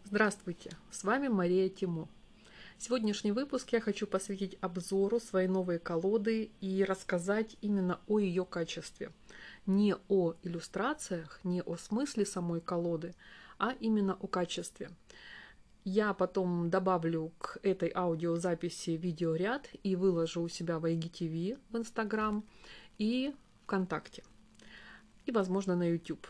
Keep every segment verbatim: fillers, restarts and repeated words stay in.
Здравствуйте, с вами Мария Тимо. Сегодняшний выпуск я хочу посвятить обзору своей новой колоды и рассказать именно о ее качестве. Не о иллюстрациях, не о смысле самой колоды, а именно о качестве. Я потом добавлю к этой аудиозаписи видеоряд и выложу у себя в ай джи ти ви в Инстаграм и ВКонтакте. И, возможно, на YouTube.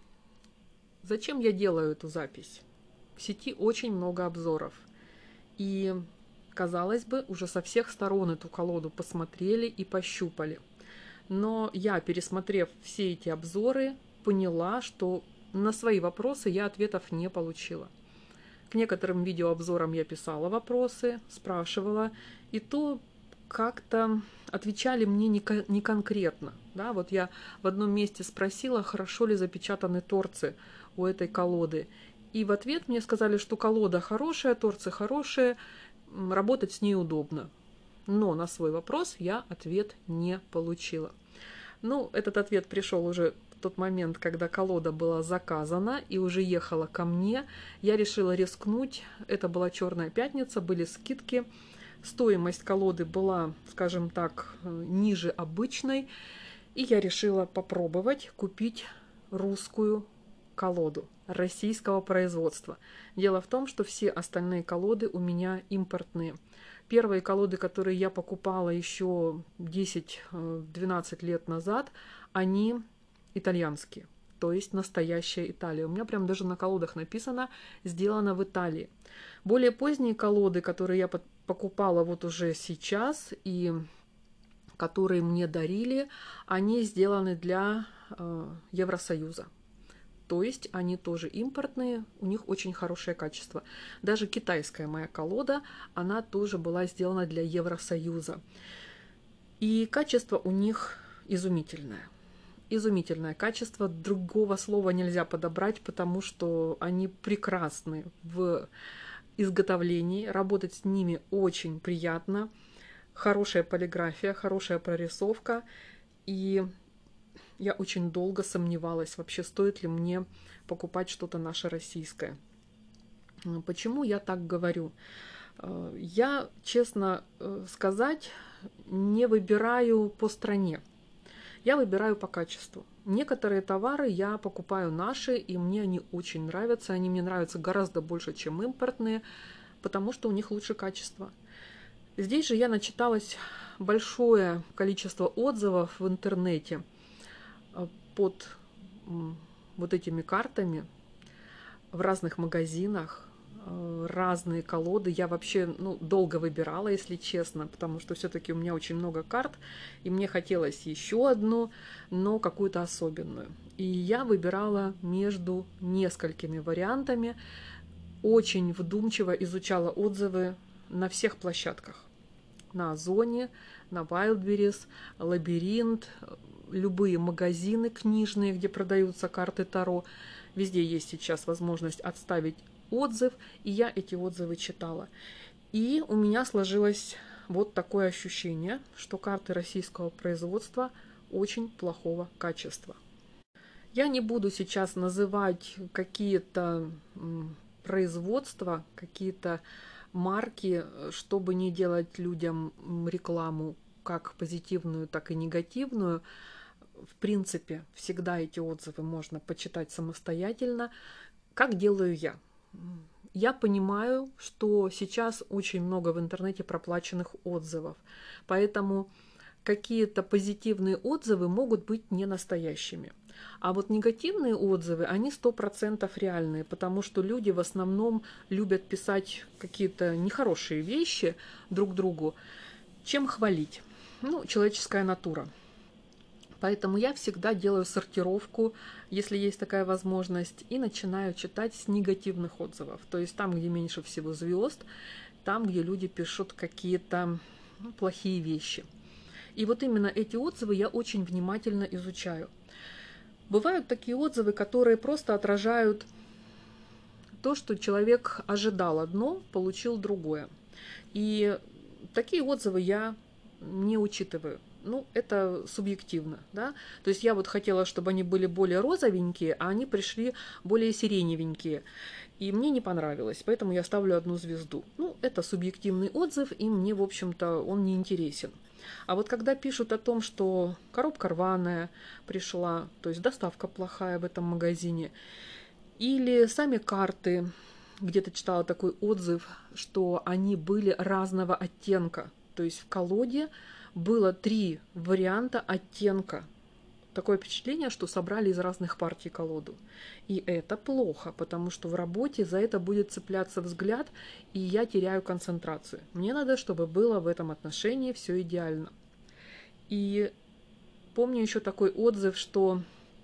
Зачем я делаю эту запись? В сети очень много обзоров. И, казалось бы, уже со всех сторон эту колоду посмотрели и пощупали. Но я, пересмотрев все эти обзоры, поняла, что на свои вопросы я ответов не получила. К некоторым видеообзорам я писала вопросы, спрашивала, и то как-то отвечали мне не конкретно. Да, вот я в одном месте спросила, хорошо ли запечатаны торцы у этой колоды. И в ответ мне сказали, что колода хорошая, торцы хорошие, работать с ней удобно. Но на свой вопрос я ответ не получила. Ну, этот ответ пришел уже в тот момент, когда колода была заказана и уже ехала ко мне. Я решила рискнуть. Это была Черная пятница, были скидки. Стоимость колоды была, скажем так, ниже обычной. И я решила попробовать купить русскую колоду российского производства. Дело в том, что все остальные колоды у меня импортные. Первые колоды, которые я покупала еще десять-двенадцать лет назад, они итальянские, то есть настоящая Италия. У меня прям даже на колодах написано «сделано в Италии». Более поздние колоды, которые я покупала вот уже сейчас и которые мне дарили, они сделаны для э, Евросоюза. То есть они тоже импортные, у них очень хорошее качество. Даже китайская моя колода, она тоже была сделана для Евросоюза. И качество у них изумительное. Изумительное качество, другого слова нельзя подобрать, потому что они прекрасны в изготовлении, работать с ними очень приятно. Хорошая полиграфия, хорошая прорисовка. И я очень долго сомневалась, вообще стоит ли мне покупать что-то наше российское. Почему я так говорю? Я, честно сказать, не выбираю по стране. Я выбираю по качеству. Некоторые товары я покупаю наши, и мне они очень нравятся. Они мне нравятся гораздо больше, чем импортные, потому что у них лучше качество. Здесь же я начиталась большое количество отзывов в интернете под вот этими картами в разных магазинах, разные колоды. Я вообще ну, долго выбирала, если честно, потому что все-таки у меня очень много карт, и мне хотелось еще одну, но какую-то особенную. И я выбирала между несколькими вариантами, очень вдумчиво изучала отзывы на всех площадках. На Озоне, на Wildberries, Лабиринт, любые магазины книжные, где продаются карты Таро. Везде есть сейчас возможность отставить отзыв, и я эти отзывы читала. И у меня сложилось вот такое ощущение, что карты российского производства очень плохого качества. Я не буду сейчас называть какие-то производства, какие-то марки, чтобы не делать людям рекламу как позитивную, так и негативную. В принципе, всегда эти отзывы можно почитать самостоятельно. Как делаю я? Я понимаю, что сейчас очень много в интернете проплаченных отзывов, поэтому какие-то позитивные отзывы могут быть не настоящими. А вот негативные отзывы, они сто процентов реальные, потому что люди в основном любят писать какие-то нехорошие вещи друг другу, чем хвалить. Ну, человеческая натура. Поэтому я всегда делаю сортировку, если есть такая возможность, и начинаю читать с негативных отзывов. То есть там, где меньше всего звезд, там, где люди пишут какие-то ну, плохие вещи. И вот именно эти отзывы я очень внимательно изучаю. Бывают такие отзывы, которые просто отражают то, что человек ожидал одно, получил другое. И такие отзывы я не учитываю. ну, это субъективно, да. То есть я вот хотела, чтобы они были более розовенькие, а они пришли более сиреневенькие. И мне не понравилось, поэтому я ставлю одну звезду. Ну, это субъективный отзыв, и мне, в общем-то, он не интересен. А вот когда пишут о том, что коробка рваная пришла, то есть доставка плохая в этом магазине, или сами карты, где-то читала такой отзыв, что они были разного оттенка. То есть в колоде было три варианта оттенка. Такое впечатление, что собрали из разных партий колоду. И это плохо, потому что в работе за это будет цепляться взгляд, и я теряю концентрацию. Мне надо, чтобы было в этом отношении все идеально. И помню еще такой отзыв, что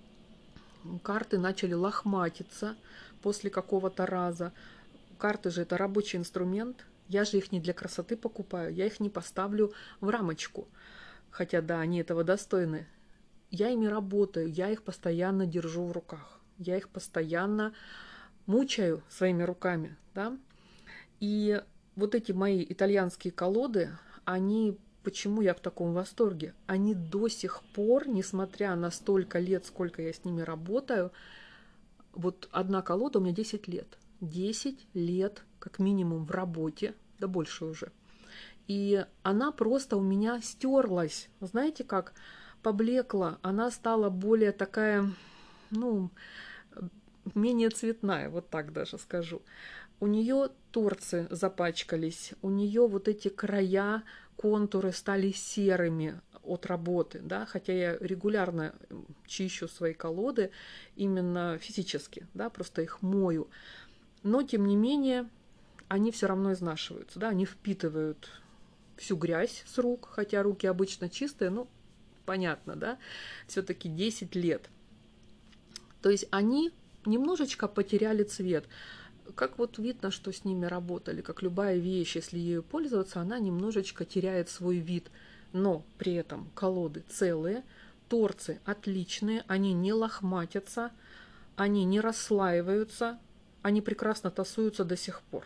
карты начали лохматиться после какого-то раза. Карты же это рабочий инструмент. Я же их не для красоты покупаю, я их не поставлю в рамочку. Хотя да, они этого достойны. Я ими работаю, я их постоянно держу в руках. Я их постоянно мучаю своими руками. Да? И вот эти мои итальянские колоды, они, почему я в таком восторге? Они до сих пор, несмотря на столько лет, сколько я с ними работаю, вот одна колода у меня десять лет. десять лет как минимум в работе, да больше уже. И она просто у меня стерлась. Знаете как? Поблекла, она стала более такая, ну, менее цветная, вот так даже скажу. У нее торцы запачкались, у нее вот эти края, контуры стали серыми от работы, да, хотя я регулярно чищу свои колоды именно физически, да, просто их мою. Но, тем не менее, они все равно изнашиваются, да, они впитывают всю грязь с рук, хотя руки обычно чистые, ну, понятно, да, все-таки десять лет. То есть они немножечко потеряли цвет. Как вот видно, что с ними работали, как любая вещь, если ею пользоваться, она немножечко теряет свой вид. Но при этом колоды целые, торцы отличные, они не лохматятся, они не расслаиваются, они прекрасно тасуются до сих пор.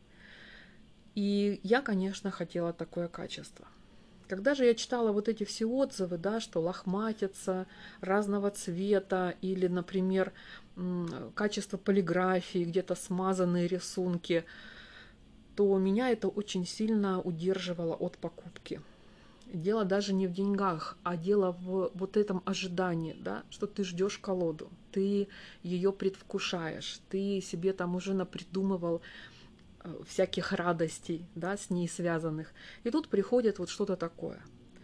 И я, конечно, хотела такое качество. Когда же я читала вот эти все отзывы, да, что лохматятся, разного цвета, или, например, качество полиграфии, где-то смазанные рисунки, то меня это очень сильно удерживало от покупки. Дело даже не в деньгах, а дело в вот этом ожидании, да, что ты ждешь колоду, ты ее предвкушаешь, ты себе там уже напридумывал всяких радостей, да, с ней связанных. И тут приходит вот что-то такое.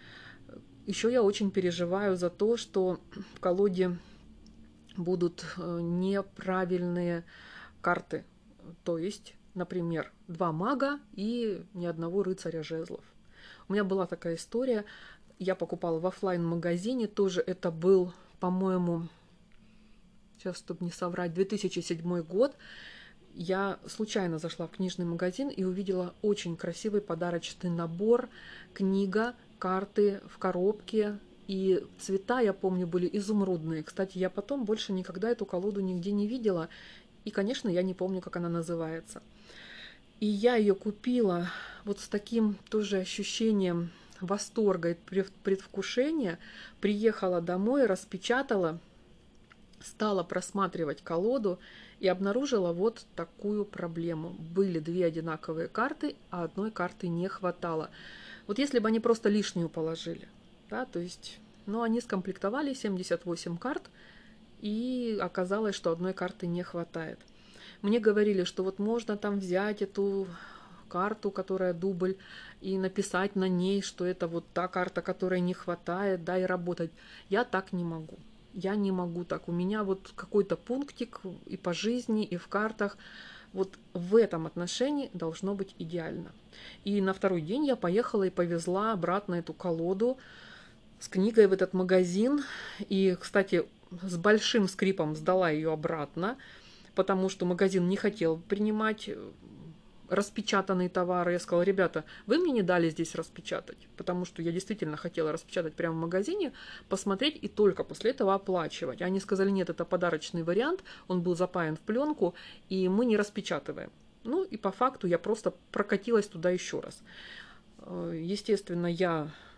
Еще я очень переживаю за то, что в колоде будут неправильные карты. То есть, например, два мага и ни одного рыцаря жезлов. У меня была такая история. Я покупала в офлайн-магазине. Тоже это был, по-моему, сейчас, чтобы не соврать, две тысячи седьмой год. Я случайно зашла в книжный магазин и увидела очень красивый подарочный набор, книга, карты в коробке. И цвета, я помню, были изумрудные. Кстати, я потом больше никогда эту колоду нигде не видела. И, конечно, я не помню, как она называется. И я ее купила вот с таким тоже ощущением восторга и предвкушения. Приехала домой, распечатала, стала просматривать колоду и обнаружила вот такую проблему. Были две одинаковые карты, а одной карты не хватало. Вот если бы они просто лишнюю положили, да, то есть, ну, они скомплектовали семьдесят восемь карт, и оказалось, что одной карты не хватает. Мне говорили, что вот можно там взять эту карту, которая дубль, и написать на ней, что это вот та карта, которой не хватает, да, и работать. Я так не могу. Я не могу так. У меня вот какой-то пунктик и по жизни, и в картах. Вот в этом отношении должно быть идеально. И на второй день я поехала и повезла обратно эту колоду с книгой в этот магазин. И, кстати, с большим скрипом сдала ее обратно, потому что магазин не хотел принимать распечатанные товары. Я сказала: ребята, вы мне не дали здесь распечатать, потому что я действительно хотела распечатать прямо в магазине, посмотреть и только после этого оплачивать. Они сказали: нет, это подарочный вариант, он был запаян в пленку, и мы не распечатываем. Ну и по факту я просто прокатилась туда еще раз. Естественно, я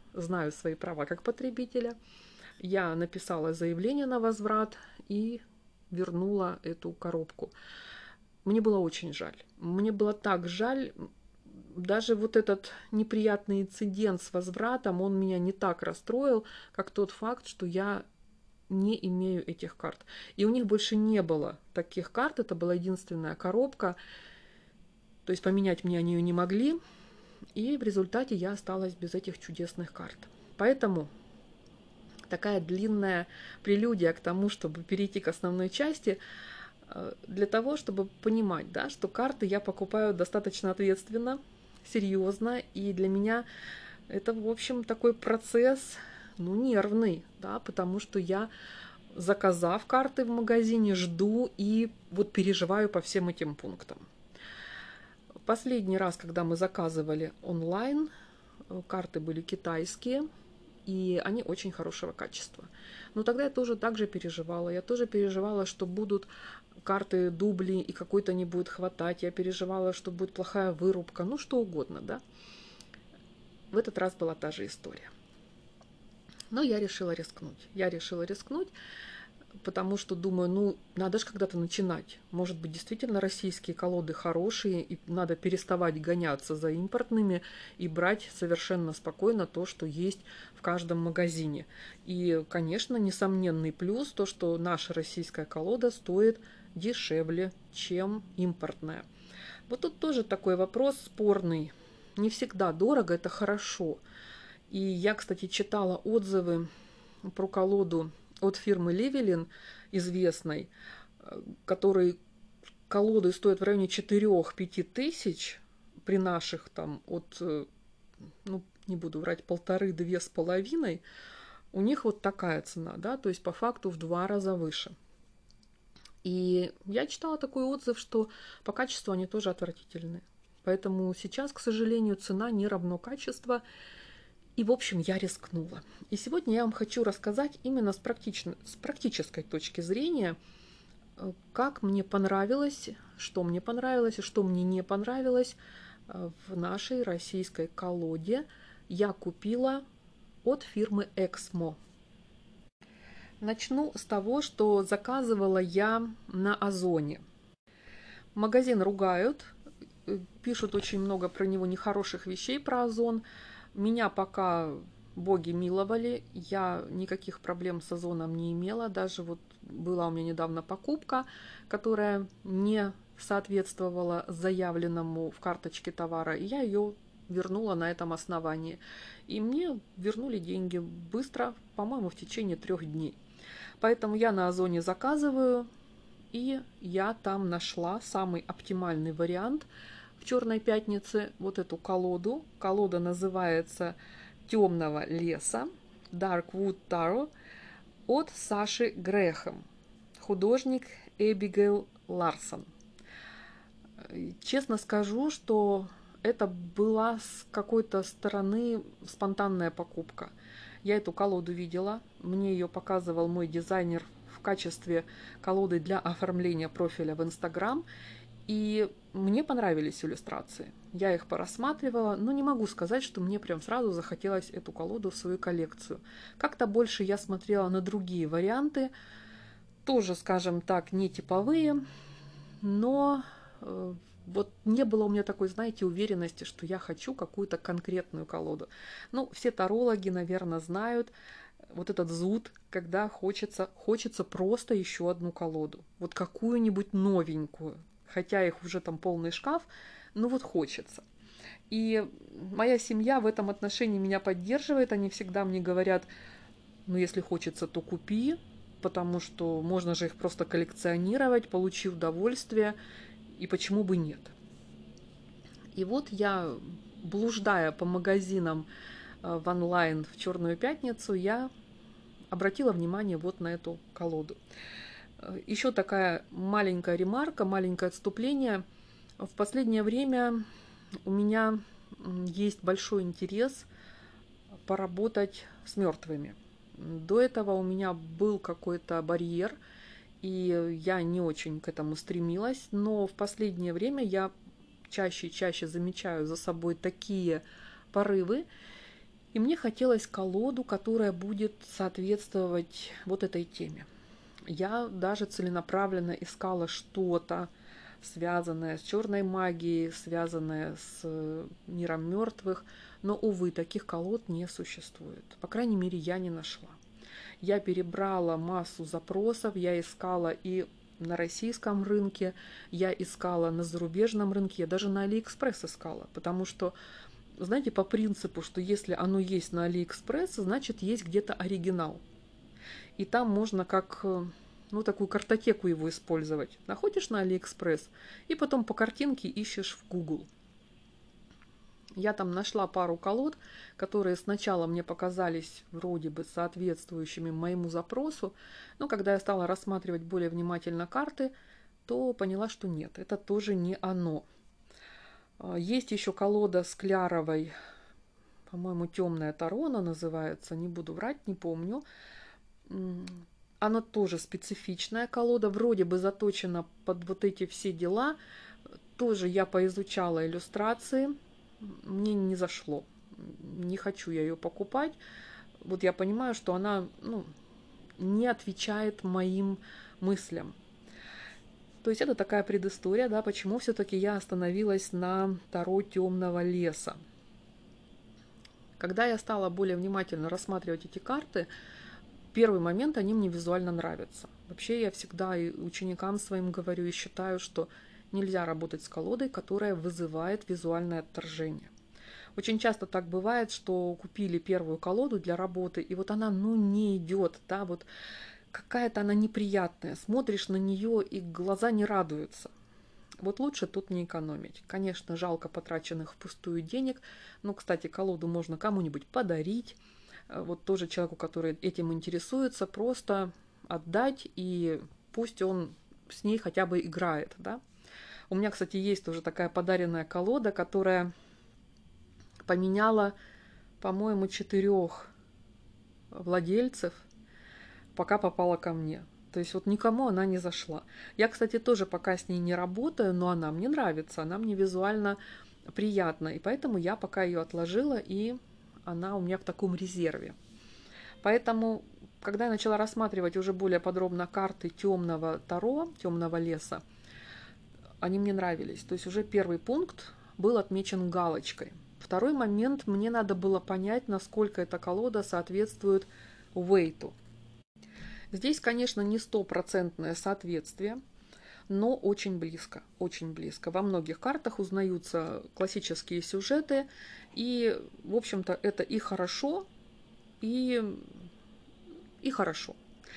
знаю свои права как потребителя. Я написала заявление на возврат и вернула эту коробку. Мне было очень жаль. Мне было так жаль. Даже вот этот неприятный инцидент с возвратом, он меня не так расстроил, как тот факт, что я не имею этих карт. И у них больше не было таких карт, это была единственная коробка. То есть поменять мне они ее не могли. И в результате я осталась без этих чудесных карт. Поэтому такая длинная прелюдия к тому, чтобы перейти к основной части, для того, чтобы понимать, да, что карты я покупаю достаточно ответственно, серьезно, и для меня это, в общем, такой процесс, ну, нервный, да, потому что я, заказав карты в магазине, жду и вот переживаю по всем этим пунктам. Последний раз, когда мы заказывали онлайн, карты были китайские, и они очень хорошего качества. Но тогда я тоже так же переживала. Я тоже переживала, что будут карты дубли и какой-то не будет хватать. Я переживала, что будет плохая вырубка. Ну, что угодно, да. В этот раз была та же история. Но я решила рискнуть. Я решила рискнуть, потому что думаю, ну, надо же когда-то начинать. Может быть, действительно российские колоды хорошие, и надо переставать гоняться за импортными и брать совершенно спокойно то, что есть в каждом магазине. И, конечно, несомненный плюс то, что наша российская колода стоит дешевле, чем импортная. Вот тут тоже такой вопрос спорный. Не всегда дорого, это хорошо. И я, кстати, читала отзывы про колоду от фирмы Левелин, известной, которой колоды стоят в районе четыре-пять тысяч, при наших там от, ну, не буду врать, полторы-две с половиной, у них вот такая цена, да, то есть по факту в два раза выше. И я читала такой отзыв, что по качеству они тоже отвратительные. Поэтому сейчас, к сожалению, цена не равно качество. И, в общем, я рискнула. И сегодня я вам хочу рассказать именно с, практично, с практической точки зрения, как мне понравилось, что мне понравилось и что мне не понравилось в нашей российской колоде. Я купила от фирмы Эксмо. Начну с того, что заказывала я на Озоне. Магазин ругают, пишут очень много про него нехороших вещей про Озон. Меня пока боги миловали, я никаких проблем с Озоном не имела. Даже вот была у меня недавно покупка, которая не соответствовала заявленному в карточке товара, и я ее вернула на этом основании. И мне вернули деньги быстро, по-моему, в течение трех дней. Поэтому я на Озоне заказываю, и я там нашла самый оптимальный вариант в Черной пятнице, вот эту колоду. Колода называется «Темного леса» Dark Wood Tarot от Саши Грэхэм, художник Эбигейл Ларсон. Честно скажу, что это была с какой-то стороны спонтанная покупка. Я эту колоду видела, мне ее показывал мой дизайнер в качестве колоды для оформления профиля в Инстаграм, и мне понравились иллюстрации. Я их порассматривала, но не могу сказать, что мне прям сразу захотелось эту колоду в свою коллекцию. Как-то больше я смотрела на другие варианты, тоже, скажем так, не типовые, но э, вот не было у меня такой, знаете, уверенности, что я хочу какую-то конкретную колоду. Ну, все тарологи, наверное, знают вот этот зуд, когда хочется, хочется просто еще одну колоду. Вот какую-нибудь новенькую. Хотя их уже там полный шкаф, но вот хочется. И моя семья в этом отношении меня поддерживает. Они всегда мне говорят, ну, если хочется, то купи, потому что можно же их просто коллекционировать, получи удовольствие, и почему бы нет. И вот я, блуждая по магазинам в онлайн в Черную пятницу, я обратила внимание вот на эту колоду. Еще такая маленькая ремарка, маленькое отступление. В последнее время у меня есть большой интерес поработать с мертвыми. До этого у меня был какой-то барьер, и я не очень к этому стремилась, но в последнее время я чаще и чаще замечаю за собой такие порывы, И мне хотелось колоду, которая будет соответствовать вот этой теме. Я даже целенаправленно искала что-то, связанное с черной магией, связанное с миром мертвых, но, увы, таких колод не существует. По крайней мере, я не нашла. Я перебрала массу запросов, я искала и на российском рынке, я искала на зарубежном рынке, я даже на Алиэкспресс искала, потому что, знаете, по принципу, что если оно есть на Алиэкспресс, значит есть где-то оригинал. И там можно как, ну, такую картотеку его использовать. Находишь на Алиэкспресс и потом по картинке ищешь в Google. Я там нашла пару колод, которые сначала мне показались вроде бы соответствующими моему запросу, но когда я стала рассматривать более внимательно карты, то поняла, что нет, это тоже не оно. Есть еще колода с Кляровой, по-моему, темная Таро она называется, не буду врать, не помню. Она тоже специфичная колода, вроде бы заточена под вот эти все дела. Тоже я поизучала иллюстрации, мне не зашло. Не хочу я ее покупать. Вот я понимаю, что она, ну, не отвечает моим мыслям. То есть это такая предыстория, да, почему все-таки я остановилась на Таро темного леса. Когда я стала более внимательно рассматривать эти карты, первый момент они мне визуально нравятся. Вообще я всегда и ученикам своим говорю и считаю, что нельзя работать с колодой, которая вызывает визуальное отторжение. Очень часто так бывает, что купили первую колоду для работы, и вот она, ну, не идет, да, вот какая-то она неприятная. Смотришь на нее, и глаза не радуются. Вот лучше тут не экономить. Конечно, жалко потраченных впустую денег, но, кстати, колоду можно кому-нибудь подарить. Вот тоже человеку, который этим интересуется, просто отдать, и пусть он с ней хотя бы играет, да. У меня, кстати, есть тоже такая подаренная колода, которая поменяла, по-моему, четырех владельцев, пока попала ко мне. То есть вот никому она не зашла. Я, кстати, тоже пока с ней не работаю, но она мне нравится, она мне визуально приятна. И поэтому я пока ее отложила, и она у меня в таком резерве. Поэтому, когда я начала рассматривать уже более подробно карты темного Таро, темного леса, они мне нравились. То есть уже первый пункт был отмечен галочкой. Второй момент, мне надо было понять, насколько эта колода соответствует Уэйту. Здесь, конечно, не стопроцентное соответствие, но очень близко, очень близко. Во многих картах узнаются классические сюжеты, и, в общем-то, это и хорошо, и, и хорошо.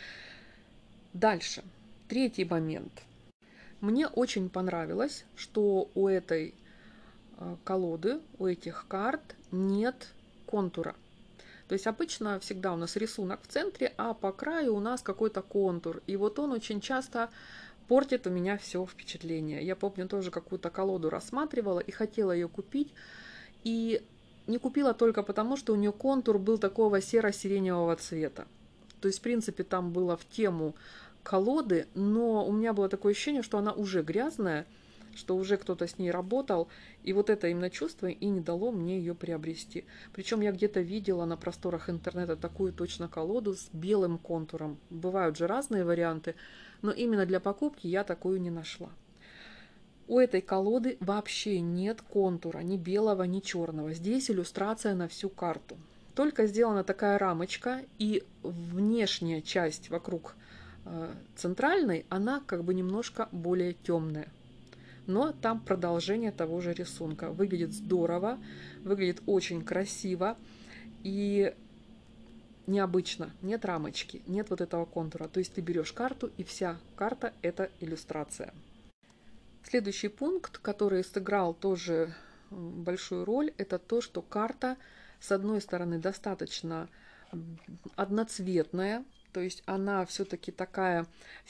Дальше. Третий момент. Мне очень понравилось, что у этой колоды, у этих карт нет контура. То есть обычно всегда у нас рисунок в центре, а по краю у нас какой-то контур. И вот он очень часто портит у меня все впечатление. Я помню, тоже какую-то колоду рассматривала и хотела ее купить. И не купила только потому, что у нее контур был такого серо-сиреневого цвета. То есть, в принципе, там было в тему колоды, но у меня было такое ощущение, что она уже грязная, что уже кто-то с ней работал, и вот это именно чувство и не дало мне ее приобрести. Причем я где-то видела на просторах интернета такую точно колоду с белым контуром. Бывают же разные варианты, но именно для покупки я такую не нашла. У этой колоды вообще нет контура, ни белого, ни черного. Здесь иллюстрация на всю карту. Только сделана такая рамочка, и внешняя часть вокруг э, центральной, она как бы немножко более темная. Но там продолжение того же рисунка. Выглядит здорово, выглядит очень красиво и необычно. Нет рамочки, нет вот этого контура. То есть ты берешь карту, и вся карта – это иллюстрация. Следующий пункт, который сыграл тоже большую роль, это то, что карта, с одной стороны, достаточно одноцветная, то есть она все-таки такая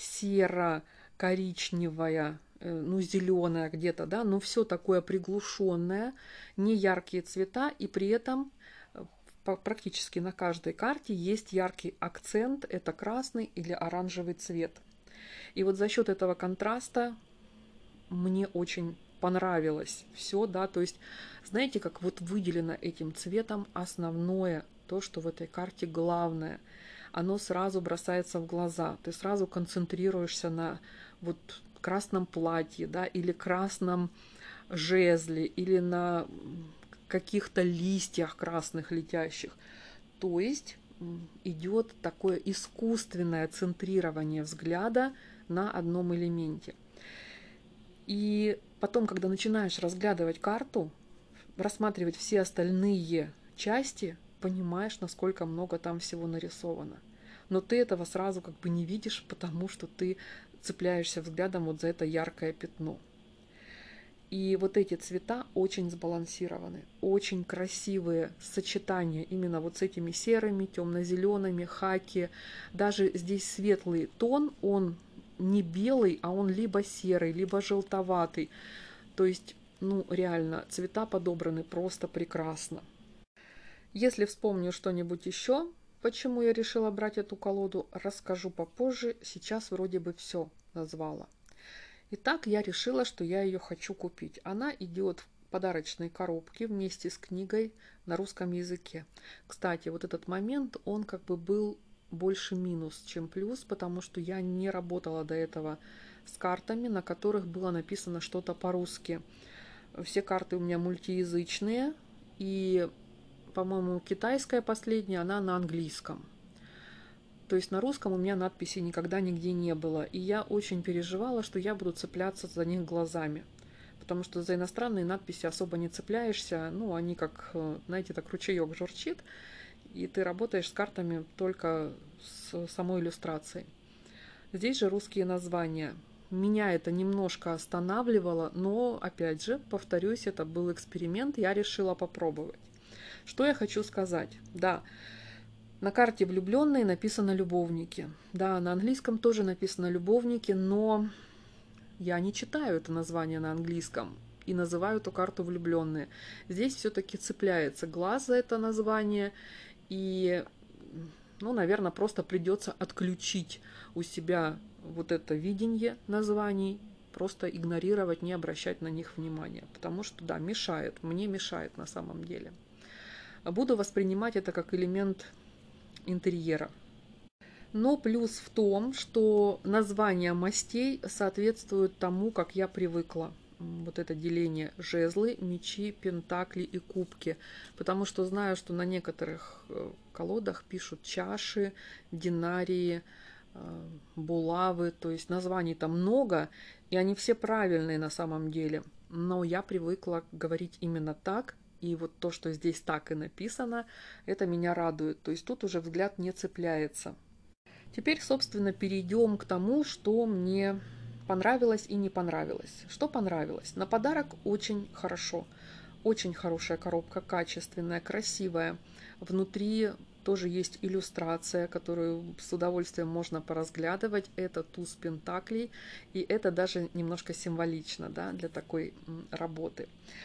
серо-коричневая, ну, зеленая где-то, да, но все такое приглушенное, не яркие цвета, и при этом практически на каждой карте есть яркий акцент, это красный или оранжевый цвет. И вот за счет этого контраста мне очень понравилось все, да, то есть, знаете, как вот выделено этим цветом основное, то, что в этой карте главное, оно сразу бросается в глаза, ты сразу концентрируешься на вот красном платье, да, или красном жезле, или на каких-то листьях красных летящих. То есть идет такое искусственное центрирование взгляда на одном элементе. И потом, когда начинаешь разглядывать карту, рассматривать все остальные части, понимаешь, насколько много там всего нарисовано. Но ты этого сразу как бы не видишь, потому что ты цепляешься взглядом вот за это яркое пятно. И вот эти цвета очень сбалансированы, очень красивые сочетания именно вот с этими серыми, темно-зелеными, хаки. Даже здесь светлый тон, он не белый, а он либо серый, либо желтоватый. То есть, ну реально, цвета подобраны просто прекрасно. Если вспомню что-нибудь еще, почему я решила брать эту колоду, расскажу попозже. Сейчас вроде бы все назвала. Итак, я решила, что я ее хочу купить. Она идет в подарочной коробке вместе с книгой на русском языке. Кстати, вот этот момент, он как бы был больше минус, чем плюс, потому что я не работала до этого с картами, на которых было написано что-то по-русски. Все карты у меня мультиязычные, и, по-моему, китайская последняя, она на английском. То есть на русском у меня надписи никогда нигде не было. И я очень переживала, что я буду цепляться за них глазами. Потому что за иностранные надписи особо не цепляешься. Ну, они как, знаете, так ручеек журчит. И ты работаешь с картами только с самой иллюстрацией. Здесь же русские названия. Меня это немножко останавливало, но, опять же, повторюсь, это был эксперимент, я решила попробовать. Что я хочу сказать? Да, на карте влюбленные написано любовники. Да, на английском тоже написано любовники, но я не читаю это название на английском и называю эту карту влюбленные. Здесь все-таки цепляется глаз за это название, и, ну, наверное, просто придется отключить у себя вот это видение названий, просто игнорировать, не обращать на них внимания, потому что, да, мешает, мне мешает на самом деле. Буду воспринимать это как элемент интерьера. Но плюс в том, что названия мастей соответствуют тому, как я привыкла. Вот это деление жезлы, мечи, пентакли и кубки. Потому что знаю, что на некоторых колодах пишут чаши, динарии, булавы. То есть названий там много, и они все правильные на самом деле. Но я привыкла говорить именно так. И вот то, что здесь так и написано, это меня радует. То есть тут уже взгляд не цепляется. Теперь, собственно, перейдем к тому, что мне понравилось и не понравилось. Что понравилось? На подарок очень хорошо. Очень хорошая коробка, качественная, красивая. Внутри тоже есть иллюстрация, которую с удовольствием можно поразглядывать. Это туз пентаклей. И это даже немножко символично, да, для такой работы.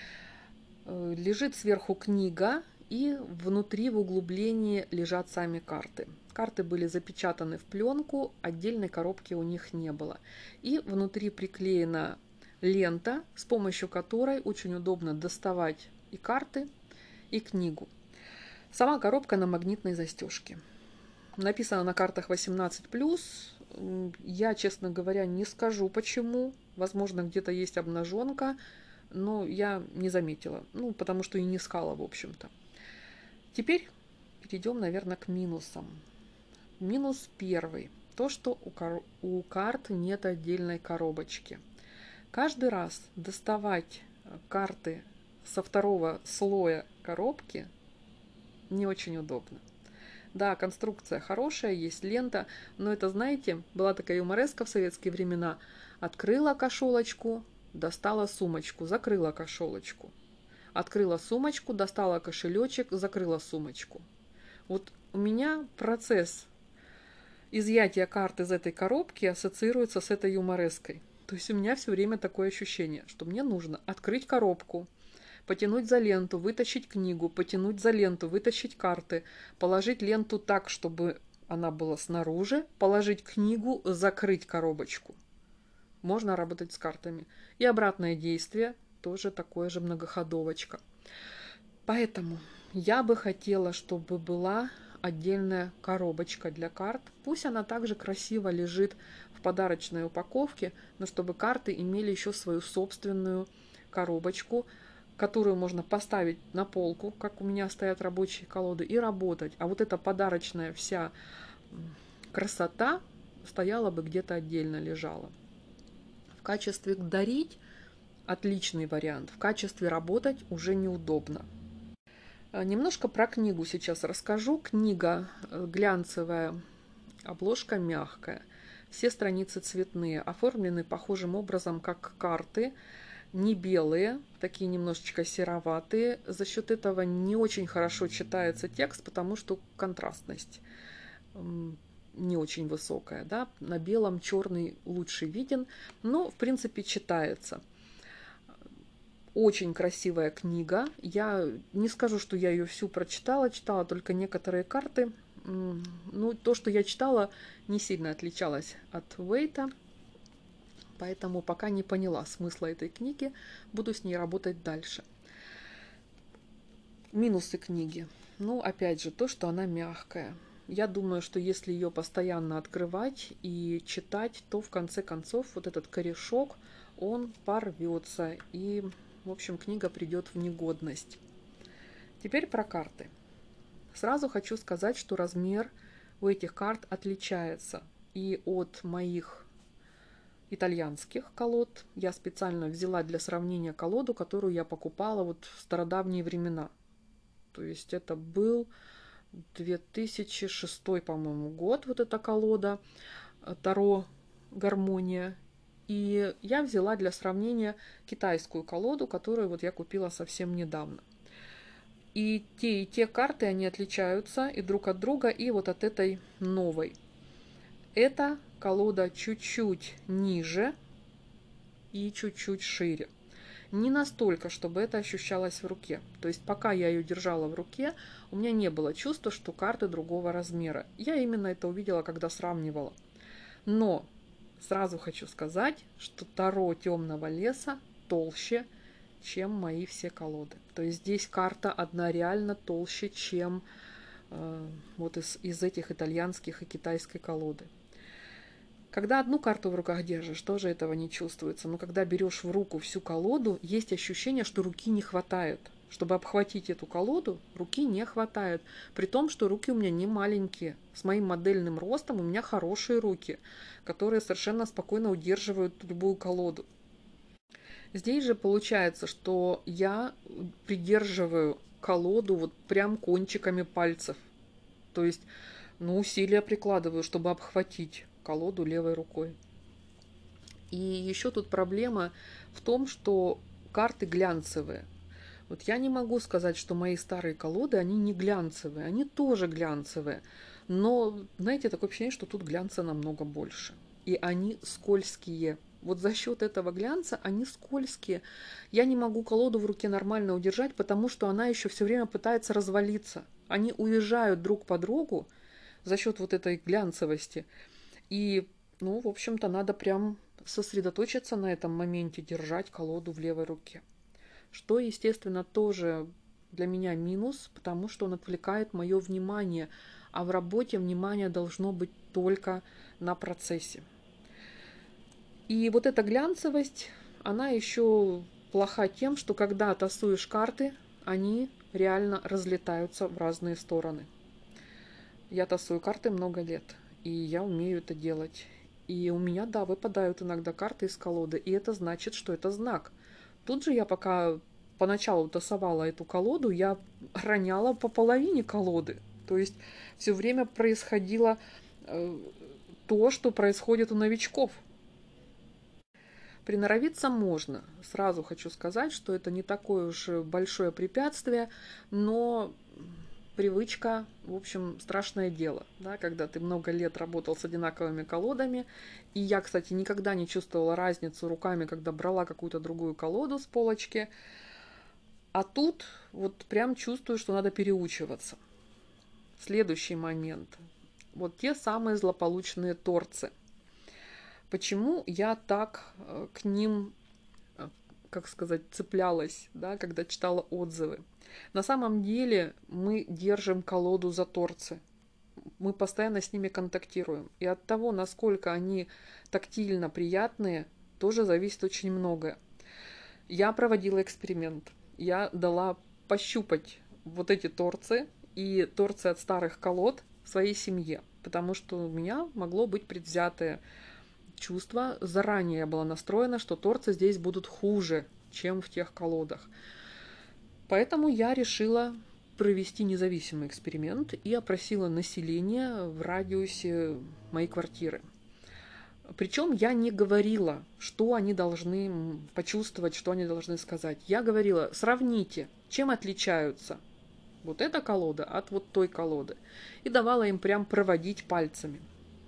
Лежит сверху книга, и внутри в углублении лежат сами карты. Карты были запечатаны в пленку, отдельной коробки у них не было. И внутри приклеена лента, с помощью которой очень удобно доставать и карты, и книгу. Сама коробка на магнитной застежке. Написано на картах восемнадцать плюс. Я, честно говоря, не скажу почему. Возможно, где-то есть обнаженка. Но я не заметила, ну, потому что и не искала, в общем-то. Теперь перейдем, наверное, к минусам. Минус первый. То, что у, кор... у карт нет отдельной коробочки. Каждый раз доставать карты со второго слоя коробки не очень удобно. Да, конструкция хорошая, есть лента, но это, знаете, была такая юмореска в советские времена. Открыла кошелочку, достала сумочку, закрыла кошелочку. Открыла сумочку, достала кошелечек, закрыла сумочку. Вот у меня процесс изъятия карт из этой коробки ассоциируется с этой юмореской. То есть у меня все время такое ощущение, что мне нужно открыть коробку, потянуть за ленту, вытащить книгу, потянуть за ленту, вытащить карты, положить ленту так, чтобы она была снаружи, положить книгу, закрыть коробочку. Можно работать с картами. И обратное действие. тоже такое же многоходовочка. Поэтому я бы хотела, чтобы была отдельная коробочка для карт. Пусть она также красиво лежит в подарочной упаковке, но чтобы карты имели еще свою собственную коробочку, которую можно поставить на полку, как у меня стоят рабочие колоды, и работать. А вот эта подарочная вся красота стояла бы где-то отдельно, лежала. В качестве дарить отличный вариант, в качестве работать уже неудобно. Немножко про книгу сейчас расскажу. Книга глянцевая, обложка мягкая. Все страницы цветные, оформлены похожим образом, как карты. Не белые, такие немножечко сероватые. За счет этого не очень хорошо читается текст, потому что контрастность не очень высокая. Да? На белом черный лучше виден, но в принципе читается. Очень красивая книга. Я не скажу, что я ее всю прочитала, читала только некоторые карты. Ну, то, что я читала, не сильно отличалось от Уэйта, поэтому пока не поняла смысла этой книги. Буду с ней работать дальше. Минусы книги. Ну, опять же, то, что она мягкая. Я думаю, что если ее постоянно открывать и читать, то в конце концов вот этот корешок, он порвется, и, в общем, книга придет в негодность. Теперь про карты. Сразу хочу сказать, что размер у этих карт отличается и от моих итальянских колод. Я специально взяла для сравнения колоду, которую я покупала вот в стародавние времена. То есть это был две тысячи шестой, по-моему, год, вот эта колода Таро Гармония. И я взяла для сравнения китайскую колоду, которую вот я купила совсем недавно. И те, и те карты, они отличаются и друг от друга, и вот от этой новой. Эта колода чуть-чуть ниже и чуть-чуть шире. Не настолько, чтобы это ощущалось в руке. То есть пока я ее держала в руке, у меня не было чувства, что карты другого размера. Я именно это увидела, когда сравнивала. Но сразу хочу сказать, что Таро темного леса толще, чем мои все колоды. То есть здесь карта одна реально толще, чем э, вот из, из этих итальянских и китайской колоды. Когда одну карту в руках держишь, тоже этого не чувствуется. Но когда берешь в руку всю колоду, есть ощущение, что руки не хватает. Чтобы обхватить эту колоду, руки не хватает. При том, что руки у меня не маленькие. С моим модельным ростом у меня хорошие руки, которые совершенно спокойно удерживают любую колоду. Здесь же получается, что я придерживаю колоду вот прям кончиками пальцев. То есть, ну, усилия прикладываю, чтобы обхватить колоду левой рукой. И еще тут проблема в том, что карты глянцевые. Вот я не могу сказать, что мои старые колоды, они не глянцевые. Они тоже глянцевые. Но, знаете, такое ощущение, что тут глянца намного больше. И они скользкие. Вот за счет этого глянца они скользкие. Я не могу колоду в руке нормально удержать, потому что она еще все время пытается развалиться. Они уезжают друг по другу за счет вот этой глянцевости. И, ну, в общем-то, надо прям сосредоточиться на этом моменте, держать колоду в левой руке. Что, естественно, тоже для меня минус, потому что он отвлекает мое внимание. А в работе внимание должно быть только на процессе. И вот эта глянцевость, она еще плоха тем, что когда тасуешь карты, они реально разлетаются в разные стороны. Я тасую карты много лет, и я умею это делать. И у меня, да, выпадают иногда карты из колоды, и это значит, что это знак. Тут же я пока поначалу тасовала эту колоду, я роняла по половине колоды. То есть все время происходило э, то, что происходит у новичков. Приноровиться можно. Сразу хочу сказать, что это не такое уж большое препятствие, но привычка, в общем, страшное дело, да, когда ты много лет работал с одинаковыми колодами. И я, кстати, никогда не чувствовала разницу руками, когда брала какую-то другую колоду с полочки. А тут вот прям чувствую, что надо переучиваться. Следующий момент. Вот те самые злополучные торцы. Почему я так к ним, к как сказать, цеплялась, да, когда читала отзывы. На самом деле мы держим колоду за торцы. Мы постоянно с ними контактируем. И от того, насколько они тактильно приятные, тоже зависит очень многое. Я проводила эксперимент. Я дала пощупать вот эти торцы и торцы от старых колод своей семье, потому что у меня могло быть предвзятое чувство. Заранее я была настроена, что торцы здесь будут хуже, чем в тех колодах. Поэтому я решила провести независимый эксперимент и опросила население в радиусе моей квартиры. Причем я не говорила, что они должны почувствовать, что они должны сказать. Я говорила, сравните, чем отличаются вот эта колода от вот той колоды. И давала им прям проводить пальцами.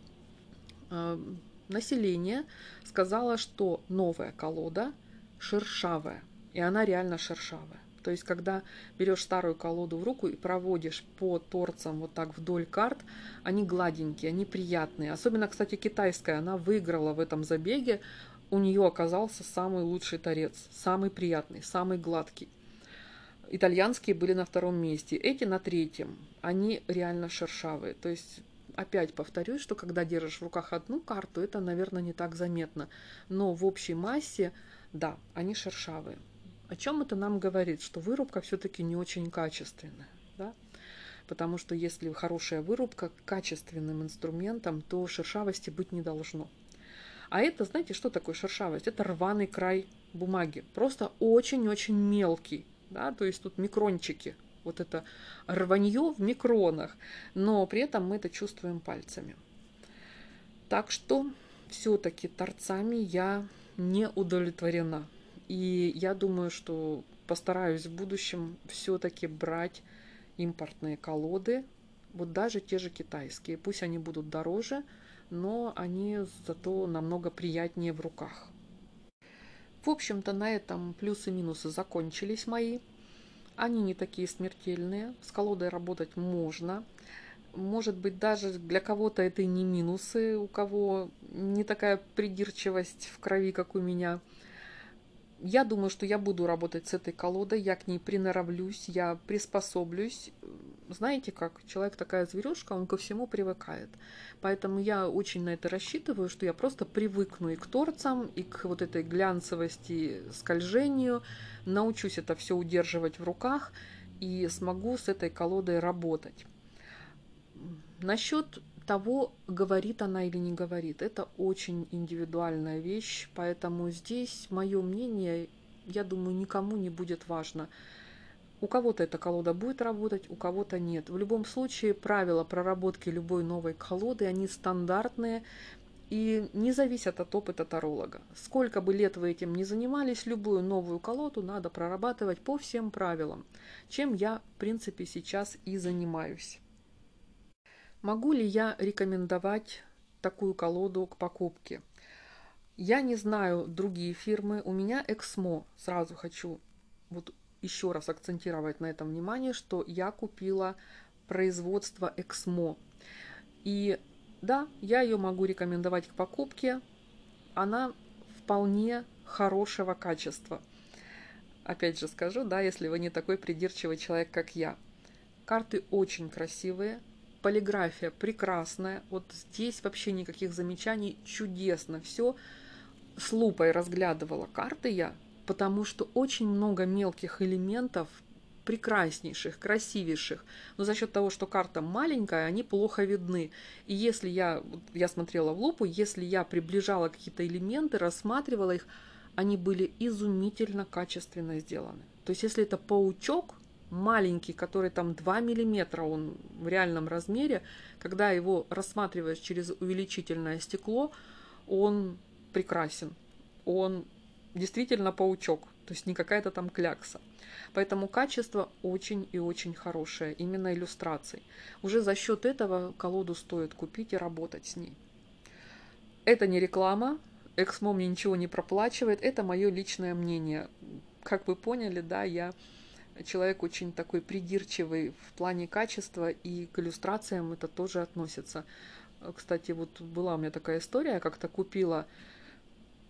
Население сказало, что новая колода шершавая. И она реально шершавая. То есть, когда берешь старую колоду в руку и проводишь по торцам вот так вдоль карт, они гладенькие, они приятные. Особенно, кстати, китайская, она выиграла в этом забеге. У нее оказался самый лучший торец, самый приятный, самый гладкий. Итальянские были на втором месте, эти на третьем. Они реально шершавые. То есть, опять повторюсь, что когда держишь в руках одну карту, это, наверное, не так заметно. Но в общей массе, да, они шершавые. О чем это нам говорит? Что вырубка все-таки не очень качественная. Да? Потому что если хорошая вырубка качественным инструментом, то шершавости быть не должно. А это, знаете, что такое шершавость? Это рваный край бумаги. Просто очень-очень мелкий. Да? То есть тут микрончики. Вот это рванье в микронах. Но при этом мы это чувствуем пальцами. Так что все-таки торцами я не удовлетворена. И я думаю, что постараюсь в будущем все-таки брать импортные колоды, вот даже те же китайские. Пусть они будут дороже, но они зато намного приятнее в руках. В общем-то, на этом плюсы и минусы закончились мои. Они не такие смертельные. С колодой работать можно. Может быть, даже для кого-то это и не минусы, у кого не такая придирчивость в крови, как у меня. Я думаю, что я буду работать с этой колодой, я к ней приноровлюсь, я приспособлюсь. Знаете как, человек такая зверюшка, он ко всему привыкает. Поэтому я очень на это рассчитываю, что я просто привыкну и к торцам, и к вот этой глянцевости, скольжению, научусь это все удерживать в руках и смогу с этой колодой работать. Насчет того, говорит она или не говорит, это очень индивидуальная вещь, поэтому здесь мое мнение, я думаю, никому не будет важно. У кого-то эта колода будет работать, у кого-то нет. В любом случае, правила проработки любой новой колоды, они стандартные и не зависят от опыта таролога. Сколько бы лет вы этим ни занимались, любую новую колоду надо прорабатывать по всем правилам, чем я, в принципе, сейчас и занимаюсь. Могу ли я рекомендовать такую колоду к покупке? Я не знаю другие фирмы. У меня Эксмо. Сразу хочу вот еще раз акцентировать на этом внимание, что я купила производство Эксмо. И да, я ее могу рекомендовать к покупке. Она вполне хорошего качества. Опять же скажу, да, если вы не такой придирчивый человек, как я. Карты очень красивые. Полиграфия прекрасная. Вот здесь вообще никаких замечаний. Чудесно все. С лупой разглядывала карты я, потому что очень много мелких элементов, прекраснейших, красивейших. Но за счет того, что карта маленькая, они плохо видны. И если я, я смотрела в лупу, если я приближала какие-то элементы, рассматривала их, они были изумительно качественно сделаны. То есть если это паучок, маленький, который там два миллиметра, он в реальном размере, когда его рассматриваешь через увеличительное стекло, он прекрасен. Он действительно паучок, то есть не какая-то там клякса. Поэтому качество очень и очень хорошее, именно иллюстраций. Уже за счет этого колоду стоит купить и работать с ней. Это не реклама, Эксмо мне ничего не проплачивает, это мое личное мнение. Как вы поняли, да, я человек очень такой придирчивый в плане качества, и к иллюстрациям это тоже относится. Кстати, вот была у меня такая история, я как-то купила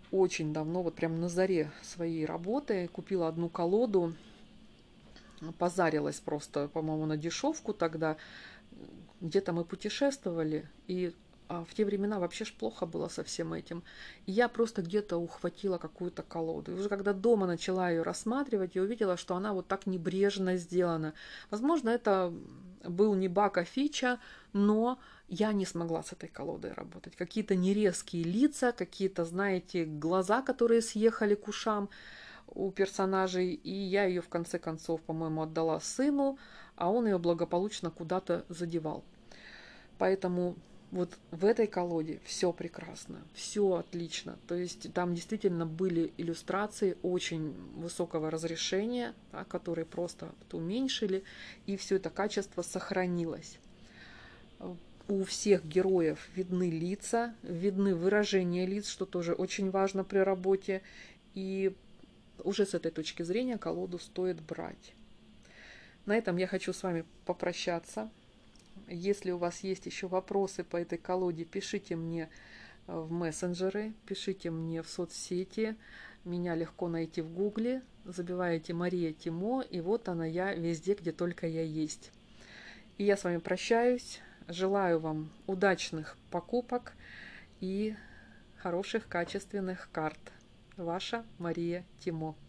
очень давно, вот прям на заре своей работы, купила одну колоду, позарилась просто, по-моему, на дешевку тогда. Где-то мы путешествовали, и а, в те времена вообще ж плохо было со всем этим. И я просто где-то ухватила какую-то колоду. И уже когда дома начала ее рассматривать, я увидела, что она вот так небрежно сделана. Возможно, это был не баг, а фича, но я не смогла с этой колодой работать. Какие-то нерезкие лица, какие-то, знаете, глаза, которые съехали к ушам у персонажей. И я ее в конце концов, по-моему, отдала сыну, а он ее благополучно куда-то задевал. Поэтому вот в этой колоде все прекрасно, все отлично. То есть там действительно были иллюстрации очень высокого разрешения, да, которые просто уменьшили, и все это качество сохранилось. У всех героев видны лица, видны выражения лиц, что тоже очень важно при работе. И уже с этой точки зрения колоду стоит брать. На этом я хочу с вами попрощаться. Если у вас есть еще вопросы по этой колоде, пишите мне в мессенджеры, пишите мне в соцсети. Меня легко найти в гугле. Забиваете Мария Тимо, и вот она я везде, где только я есть. И я с вами прощаюсь. Желаю вам удачных покупок и хороших качественных карт. Ваша Мария Тимо.